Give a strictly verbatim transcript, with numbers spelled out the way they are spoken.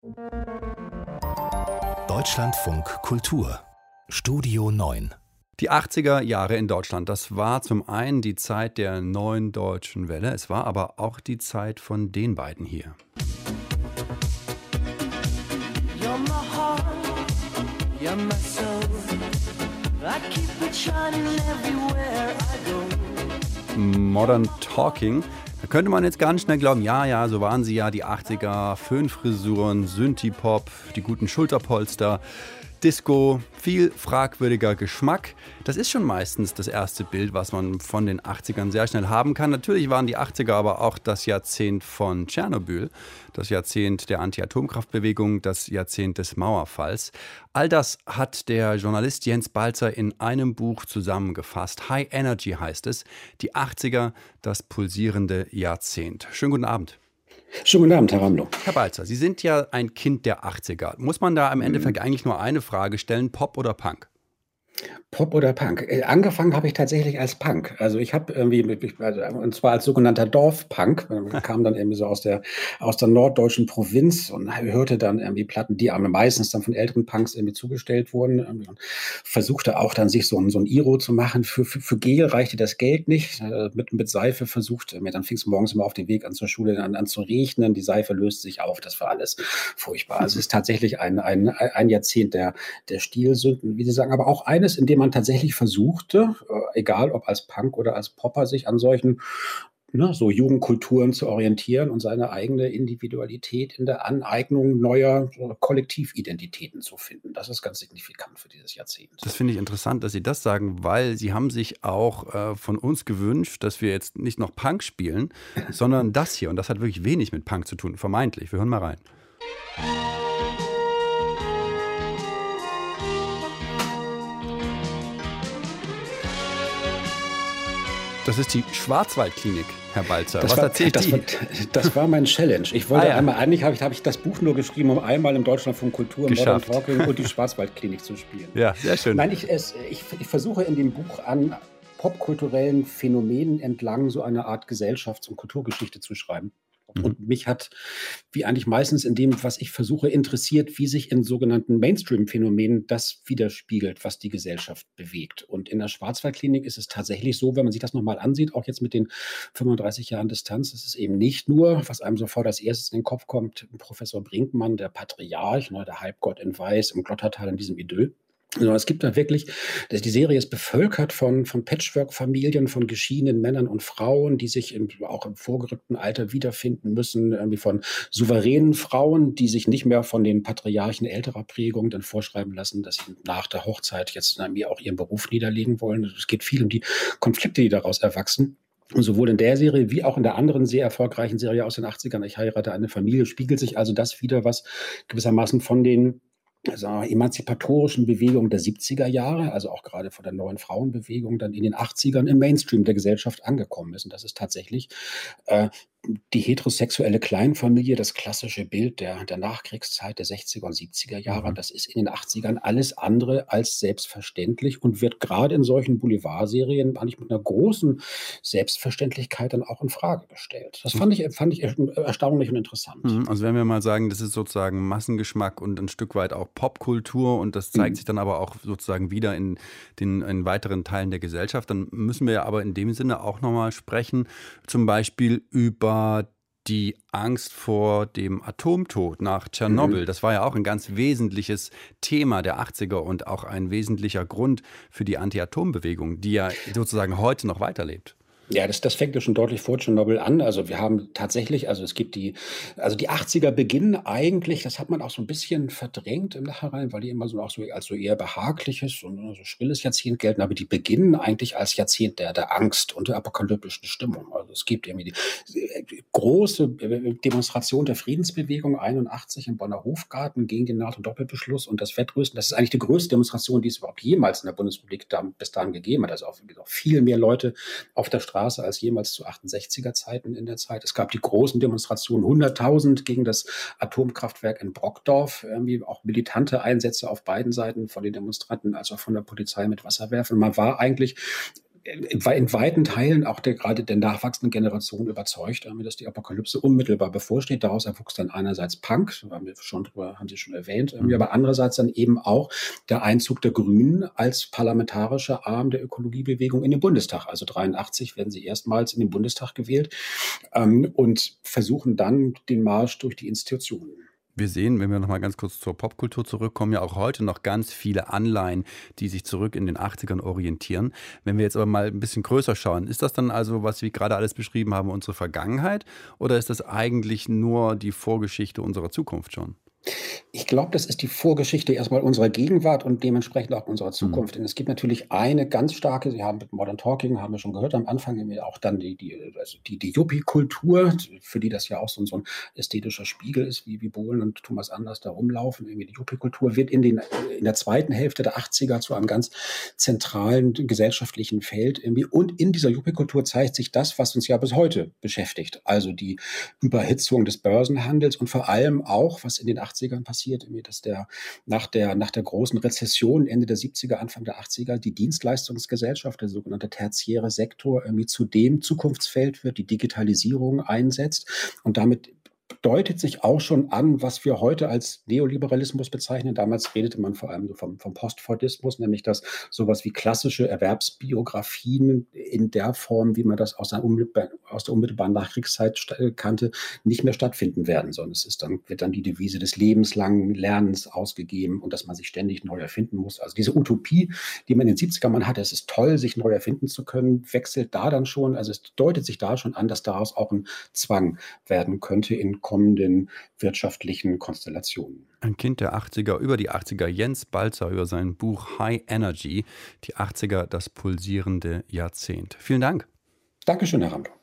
Deutschlandfunk Kultur Studio neun. Die achtziger Jahre in Deutschland, das war zum einen die Zeit der neuen deutschen Welle, es war aber auch die Zeit von den beiden hier. You're my heart, you're my soul. I keep it shining everywhere I go. Modern Talking. Da könnte man jetzt ganz schnell glauben, ja, ja, so waren sie ja, die achtziger, Föhnfrisuren, Synthie-Pop, die guten Schulterpolster, Disco, viel fragwürdiger Geschmack. Das ist schon meistens das erste Bild, was man von den achtzigern sehr schnell haben kann. Natürlich waren die achtziger aber auch das Jahrzehnt von Tschernobyl, das Jahrzehnt der Anti-Atomkraftbewegung, das Jahrzehnt des Mauerfalls. All das hat der Journalist Jens Balzer in einem Buch zusammengefasst. High Energy heißt es, die achtziger, das pulsierende Jahrzehnt. Schönen guten Abend. Schönen guten Abend, Herr Ramlow. Herr Balzer, Sie sind ja ein Kind der achtziger. Muss man da im Endeffekt eigentlich nur eine Frage stellen, Pop oder Punk? Pop oder Punk? Äh, angefangen habe ich tatsächlich als Punk. Also ich habe irgendwie, mit- ich- also, und zwar als sogenannter Dorfpunk. Ich kam dann irgendwie so aus der, aus der norddeutschen Provinz und hörte dann irgendwie Platten, die aber meistens dann von älteren Punks irgendwie zugestellt wurden. Irgendwie und versuchte auch dann sich so ein, so ein Iro zu machen. Für, für, für Gel reichte das Geld nicht. Äh, Mit, mit Seife versucht, mir dann fing es morgens immer auf dem Weg an zur Schule an, an zu regnen. Die Seife löste sich auf. Das war alles furchtbar. Also es ist tatsächlich ein, ein, ein Jahrzehnt der, der Stilsünden, wie Sie sagen, aber auch eines, in dem man tatsächlich versuchte, äh, egal ob als Punk oder als Popper, sich an solchen ne, so Jugendkulturen zu orientieren und seine eigene Individualität in der Aneignung neuer so Kollektividentitäten zu finden. Das ist ganz signifikant für dieses Jahrzehnt. Das finde ich interessant, dass Sie das sagen, weil Sie haben sich auch äh, von uns gewünscht, dass wir jetzt nicht noch Punk spielen, sondern das hier. Und das hat wirklich wenig mit Punk zu tun, vermeintlich. Wir hören mal rein. Das ist die Schwarzwaldklinik, Herr Balzer. Das Was war, erzählt das, die? war, das war mein Challenge. Ich wollte Ah, ja. einmal, eigentlich habe ich, habe ich das Buch nur geschrieben, um einmal im Deutschlandfunk Kultur, Modern Geschafft. Talking und die Schwarzwaldklinik zu spielen. Ja, sehr schön. Nein, ich, es, ich, ich versuche in dem Buch an popkulturellen Phänomenen entlang so eine Art Gesellschafts- und Kulturgeschichte zu schreiben. Und mich hat, wie eigentlich meistens in dem, was ich versuche, interessiert, wie sich in sogenannten Mainstream-Phänomenen das widerspiegelt, was die Gesellschaft bewegt. Und in der Schwarzwaldklinik ist es tatsächlich so, wenn man sich das nochmal ansieht, auch jetzt mit den fünfunddreißig Jahren Distanz, ist es eben nicht nur, was einem sofort als erstes in den Kopf kommt, Professor Brinkmann, der Patriarch, ne, der Halbgott in Weiß im Glottertal in diesem Idyll. Also es gibt da wirklich, die Serie ist bevölkert von, von Patchwork-Familien, von geschiedenen Männern und Frauen, die sich im, auch im vorgerückten Alter wiederfinden müssen, irgendwie von souveränen Frauen, die sich nicht mehr von den Patriarchen älterer Prägung dann vorschreiben lassen, dass sie nach der Hochzeit jetzt mir auch ihren Beruf niederlegen wollen. Es geht viel um die Konflikte, die daraus erwachsen. Und sowohl in der Serie wie auch in der anderen sehr erfolgreichen Serie aus den achtzigern, Ich heirate eine Familie, spiegelt sich also das wieder, was gewissermaßen von den also emanzipatorischen Bewegungen der siebziger Jahre, also auch gerade von der neuen Frauenbewegung, dann in den achtzigern im Mainstream der Gesellschaft angekommen ist. Und das ist tatsächlich äh, die heterosexuelle Kleinfamilie, das klassische Bild der, der Nachkriegszeit der sechziger und siebziger Jahre. Mhm. Das ist in den achtzigern alles andere als selbstverständlich und wird gerade in solchen Boulevardserien eigentlich mit einer großen Selbstverständlichkeit dann auch in Frage gestellt. Das fand ich, fand ich erstaunlich und interessant. Mhm, Also wenn wir mal sagen, das ist sozusagen Massengeschmack und ein Stück weit auch Popkultur und das zeigt Mhm. sich dann aber auch sozusagen wieder in den in weiteren Teilen der Gesellschaft, dann müssen wir ja aber in dem Sinne auch nochmal sprechen, zum Beispiel über die Angst vor dem Atomtod nach Tschernobyl. Mhm. Das war ja auch ein ganz wesentliches Thema der achtziger und auch ein wesentlicher Grund für die Anti-Atom-Bewegung, die ja sozusagen heute noch weiterlebt. Ja, das, das fängt ja schon deutlich vor Tschernobyl an. Also wir haben tatsächlich, also es gibt die, also die achtziger beginnen eigentlich, das hat man auch so ein bisschen verdrängt im Nachhinein, weil die immer so auch so als so eher behagliches und so schrilles Jahrzehnt gelten, aber die beginnen eigentlich als Jahrzehnt der, der Angst und der apokalyptischen Stimmung. Also es gibt irgendwie die äh, große äh, Demonstration der Friedensbewegung einundachtzig im Bonner Hofgarten gegen den NATO-Doppelbeschluss und das Wettrüsten. Das ist eigentlich die größte Demonstration, die es überhaupt jemals in der Bundesrepublik da, bis dahin gegeben hat. Also auch, auch viel mehr Leute auf der Straße als jemals zu achtundsechziger Zeiten in der Zeit. Es gab die großen Demonstrationen, hunderttausend gegen das Atomkraftwerk in Brockdorf, irgendwie auch militante Einsätze auf beiden Seiten von den Demonstranten als auch von der Polizei mit Wasserwerfern. Man war eigentlich in weiten Teilen auch der, gerade der nachwachsenden Generation überzeugt, dass die Apokalypse unmittelbar bevorsteht. Daraus erwuchs dann einerseits Punk, da haben wir schon drüber, haben Sie schon erwähnt, mhm. aber andererseits dann eben auch der Einzug der Grünen als parlamentarischer Arm der Ökologiebewegung in den Bundestag. Also dreiundachtzig werden sie erstmals in den Bundestag gewählt ähm, und versuchen dann den Marsch durch die Institutionen. Wir sehen, wenn wir noch mal ganz kurz zur Popkultur zurückkommen, ja auch heute noch ganz viele Anleihen, die sich zurück in den achtzigern orientieren. Wenn wir jetzt aber mal ein bisschen größer schauen, ist das dann also, was wir gerade alles beschrieben haben, unsere Vergangenheit? Oder ist das eigentlich nur die Vorgeschichte unserer Zukunft schon? Ich glaube, das ist die Vorgeschichte erstmal unserer Gegenwart und dementsprechend auch unserer Zukunft. Mhm. Denn es gibt natürlich eine ganz starke, Sie haben mit Modern Talking, haben wir schon gehört am Anfang, auch dann die, die, also die, die Yuppie-Kultur, für die das ja auch so, so ein ästhetischer Spiegel ist, wie, wie Bohlen und Thomas Anders da rumlaufen. Irgendwie die Yuppie-Kultur wird in, den, in der zweiten Hälfte der achtziger zu einem ganz zentralen gesellschaftlichen Feld. Irgendwie. Und in dieser Yuppie-Kultur zeigt sich das, was uns ja bis heute beschäftigt. Also die Überhitzung des Börsenhandels und vor allem auch, was in den achtzigern passiert, dass der nach der nach der großen Rezession Ende der siebziger, Anfang der achtziger die Dienstleistungsgesellschaft, der sogenannte tertiäre Sektor, irgendwie zu dem Zukunftsfeld wird, die Digitalisierung einsetzt und damit deutet sich auch schon an, was wir heute als Neoliberalismus bezeichnen. Damals redete man vor allem so vom, vom Postfordismus, nämlich dass sowas wie klassische Erwerbsbiografien in der Form, wie man das aus der, unmittelbar, aus der unmittelbaren Nachkriegszeit kannte, nicht mehr stattfinden werden, sondern es ist dann, wird dann die Devise des lebenslangen Lernens ausgegeben und dass man sich ständig neu erfinden muss. Also diese Utopie, die man in den siebzigern man hatte, es ist toll, sich neu erfinden zu können, wechselt da dann schon, also es deutet sich da schon an, dass daraus auch ein Zwang werden könnte in kommenden wirtschaftlichen Konstellationen. Ein Kind der achtziger, über die achtziger, Jens Balzer über sein Buch High Energy, die achtziger, das pulsierende Jahrzehnt. Vielen Dank. Dankeschön, Herr Ramdo.